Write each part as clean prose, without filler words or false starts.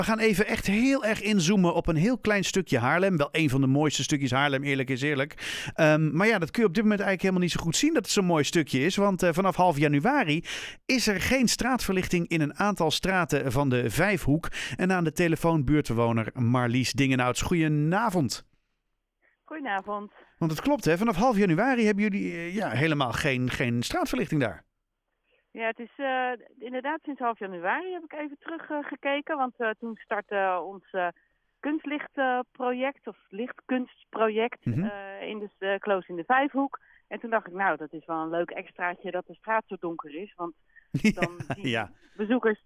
We gaan even echt heel erg inzoomen op een heel klein stukje Haarlem. Wel een van de mooiste stukjes Haarlem, eerlijk is eerlijk. Maar ja, dat kun je op dit moment eigenlijk helemaal niet zo goed zien dat het zo'n mooi stukje is. Want vanaf half januari is er geen straatverlichting in een aantal straten van de Vijfhoek. En aan de telefoon buurtbewoner Marlies Dingenouts. Goedenavond. Goedenavond. Want het klopt, hè? Vanaf half januari hebben jullie helemaal geen straatverlichting daar. Ja, het is inderdaad sinds half januari heb ik even teruggekeken. Want toen startte ons kunstlichtproject of lichtkunstproject in de Kloos in de Vijfhoek. En toen dacht ik, nou, dat is wel een leuk extraatje dat de straat zo donker is. Want dan zien bezoekers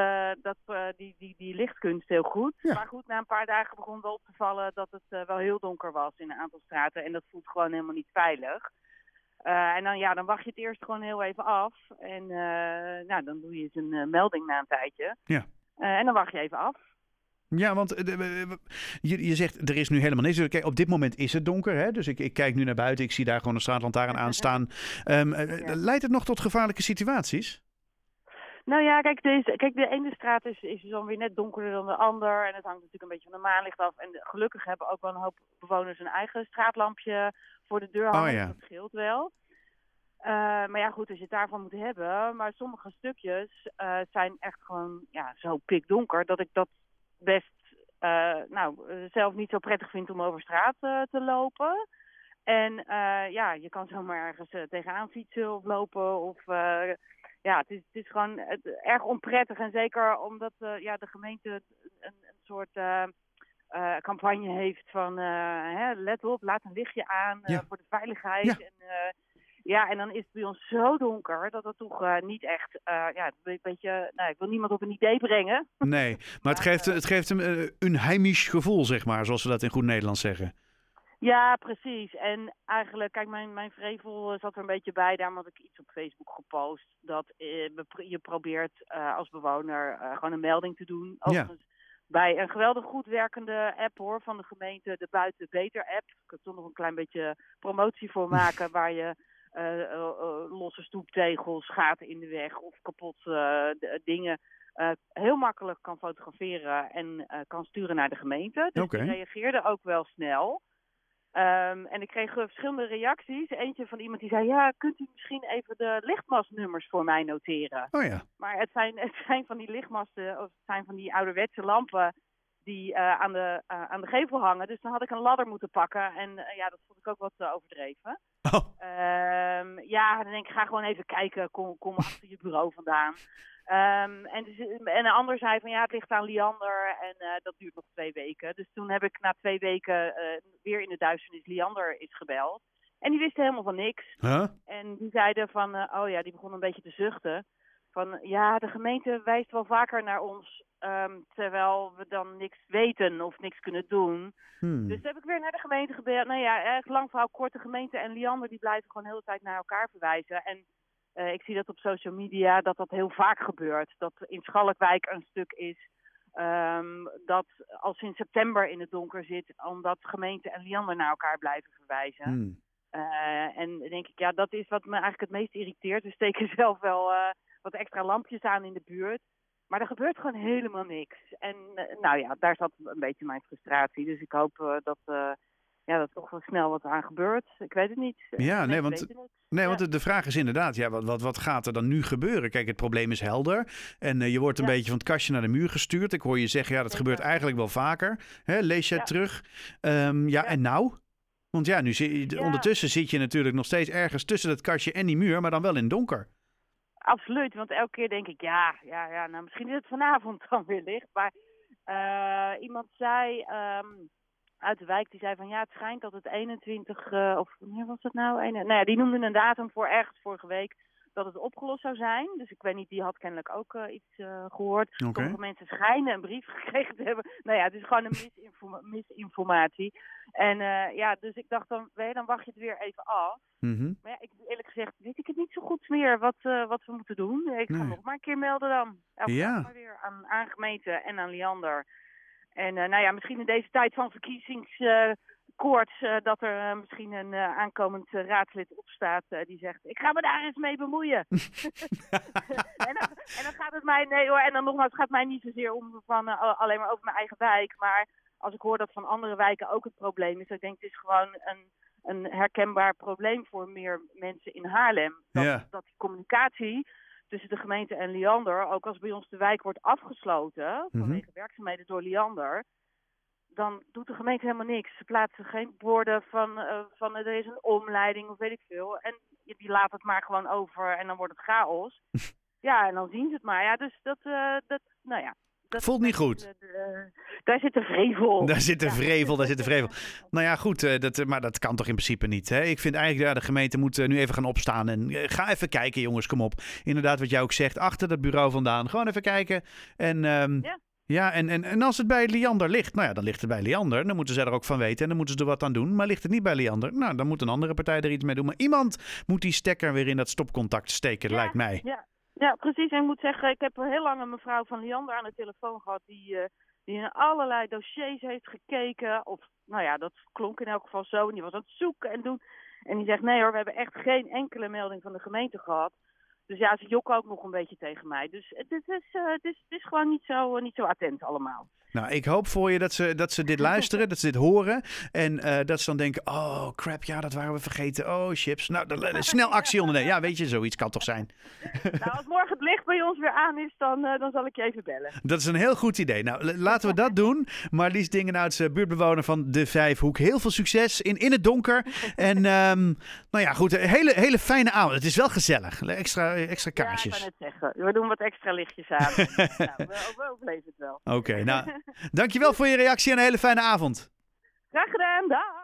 die lichtkunst heel goed. Ja. Maar goed, na een paar dagen begon wel op te vallen dat het wel heel donker was in een aantal straten. En dat voelt gewoon helemaal niet veilig. En dan wacht je het eerst gewoon heel even af. En dan doe je eens een melding na een tijdje. Ja. En dan wacht je even af. Ja, want je zegt er is nu helemaal niks. Kijk, op dit moment is het donker. Hè? Dus ik kijk nu naar buiten. Ik zie daar gewoon een straatlantaarn aan staan. Leidt het nog tot gevaarlijke situaties? Nou ja, kijk, de ene straat is dan weer net donkerder dan de ander. En het hangt natuurlijk een beetje van de maanlicht af. En gelukkig hebben ook wel een hoop bewoners een eigen straatlampje voor de deur hangen. Dus dat scheelt wel. Maar ja, goed, als je het daarvan moet hebben. Maar sommige stukjes zijn echt gewoon zo pikdonker dat ik dat best zelf niet zo prettig vind om over straat te lopen. En je kan zomaar ergens tegenaan fietsen of lopen of... het is gewoon erg onprettig. En zeker omdat de gemeente een soort campagne heeft van... let op, laat een lichtje aan voor de veiligheid. Ja. En dan is het bij ons zo donker dat het toch niet echt... een beetje, ik wil niemand op een idee brengen. Nee, maar het geeft hem een heimisch gevoel, zeg maar, zoals we dat in goed Nederlands zeggen. Ja, precies. En eigenlijk, kijk, mijn vrevel zat er een beetje bij. Daarom had ik iets op Facebook gepost. Dat je probeert als bewoner gewoon een melding te doen. Overigens bij een geweldig goed werkende app hoor, van de gemeente, de Buiten Beter app. Ik kan toch nog een klein beetje promotie voor maken waar je losse stoeptegels, gaten in de weg of kapot dingen heel makkelijk kan fotograferen en kan sturen naar de gemeente. Dus die reageerde ook wel snel. En ik kreeg verschillende reacties. Eentje van iemand die zei, ja, kunt u misschien even de lichtmastnummers voor mij noteren? Oh ja. Maar het zijn van die lichtmasten, of het zijn van die ouderwetse lampen die aan de gevel hangen. Dus dan had ik een ladder moeten pakken. En dat vond ik ook wat overdreven. Oh. Dan denk ik, ga gewoon even kijken. Kom achter je bureau vandaan. En een ander zei van het ligt aan Liander en dat duurt nog 2 weken. Dus toen heb ik na 2 weken weer in de duisternis Liander is gebeld. En die wisten helemaal van niks. Huh? En die zeiden van, die begonnen een beetje te zuchten. Van de gemeente wijst wel vaker naar ons, terwijl we dan niks weten of niks kunnen doen. Dus heb ik weer naar de gemeente gebeld. Nou ja, echt lang verhaal kort, de gemeente en Liander die blijven gewoon de hele tijd naar elkaar verwijzen. En ik zie dat op social media dat heel vaak gebeurt. Dat in Schalkwijk een stuk is dat al sinds september in het donker zit, omdat gemeente en Liander naar elkaar blijven verwijzen. En dan denk ik, dat is wat me eigenlijk het meest irriteert. We steken zelf wel wat extra lampjes aan in de buurt. Maar er gebeurt gewoon helemaal niks. En daar zat een beetje mijn frustratie. Dus ik hoop dat toch wel snel wat aan gebeurt. Ik weet het niet. Ja, want de vraag is inderdaad, wat gaat er dan nu gebeuren? Kijk, het probleem is helder. En je wordt een beetje van het kastje naar de muur gestuurd. Ik hoor je zeggen, dat gebeurt eigenlijk wel vaker. Hè, lees jij terug? En nou? Want ondertussen zit je natuurlijk nog steeds ergens tussen dat kastje en die muur, maar dan wel in het donker. Absoluut, want elke keer denk ik, nou misschien is het vanavond dan weer licht. Maar iemand zei uit de wijk, die zei van het schijnt dat het 21, of wanneer was het nou? Die noemde een datum voor ergens vorige week dat het opgelost zou zijn. Dus ik weet niet, die had kennelijk ook iets gehoord. Sommige mensen schijnen een brief gekregen te hebben. Het is gewoon een misinformatie. En dus ik dacht dan wacht je het weer even af. Mm-hmm. Maar eerlijk gezegd weet ik het niet zo goed meer wat we moeten doen. Ik ga nog maar een keer melden dan. Elke dag maar weer aan gemeente en aan Liander. En misschien in deze tijd van verkiezingskoorts dat er misschien een aankomend raadslid opstaat die zegt, ik ga me daar eens mee bemoeien. En En dan gaat het mij, nee hoor, en dan nogmaals, het gaat mij niet zozeer om alleen maar over mijn eigen wijk. Maar als ik hoor dat van andere wijken ook het probleem is, dan denk ik, het is gewoon een herkenbaar probleem voor meer mensen in Haarlem. Dat die communicatie tussen de gemeente en Liander, ook als bij ons de wijk wordt afgesloten vanwege werkzaamheden door Liander, dan doet de gemeente helemaal niks. Ze plaatsen geen borden van er is een omleiding of weet ik veel. En die laat het maar gewoon over en dan wordt het chaos. Ja, en dan zien ze het maar. Ja, dus dat nou ja. Dat voelt niet goed. Daar zit de vrevel. Daar zit de vrevel. Nou ja, goed. Maar dat kan toch in principe niet. Hè? Ik vind eigenlijk, de gemeente moet nu even gaan opstaan. En ga even kijken, jongens, kom op. Inderdaad, wat jij ook zegt, achter dat bureau vandaan. Gewoon even kijken. En en als het bij Liander ligt, nou ja, dan ligt het bij Liander. Dan moeten ze er ook van weten en dan moeten ze er wat aan doen. Maar ligt het niet bij Liander, nou, dan moet een andere partij er iets mee doen. Maar iemand moet die stekker weer in dat stopcontact steken, lijkt mij. Ja, precies. En ik moet zeggen, ik heb heel lang een mevrouw van Liander aan de telefoon gehad die in allerlei dossiers heeft gekeken. Of, nou ja, dat klonk in elk geval zo. En die was aan het zoeken en doen. En die zegt, nee hoor, we hebben echt geen enkele melding van de gemeente gehad. Dus ja, ze jokken ook nog een beetje tegen mij. Dus het is gewoon niet zo attent allemaal. Nou, ik hoop voor je dat ze dit luisteren, dat ze dit horen. En dat ze dan denken, oh crap, ja, dat waren we vergeten. Oh, chips. Nou, snel actie ondernemen. Ja, weet je, zoiets kan toch zijn. Nou, als morgen het licht bij ons weer aan is, dan zal ik je even bellen. Dat is een heel goed idee. Nou, laten we dat doen. Marlies Dingenouts, buurtbewoner van de Vijfhoek. Heel veel succes in het donker. En nou ja, goed, een hele fijne avond. Het is wel gezellig. Extra kaarsjes. Ja, ik kan het zeggen. We doen wat extra lichtjes aan. Nou, we overleven het wel. Oké, nou, dankjewel voor je reactie en een hele fijne avond. Graag gedaan, dag.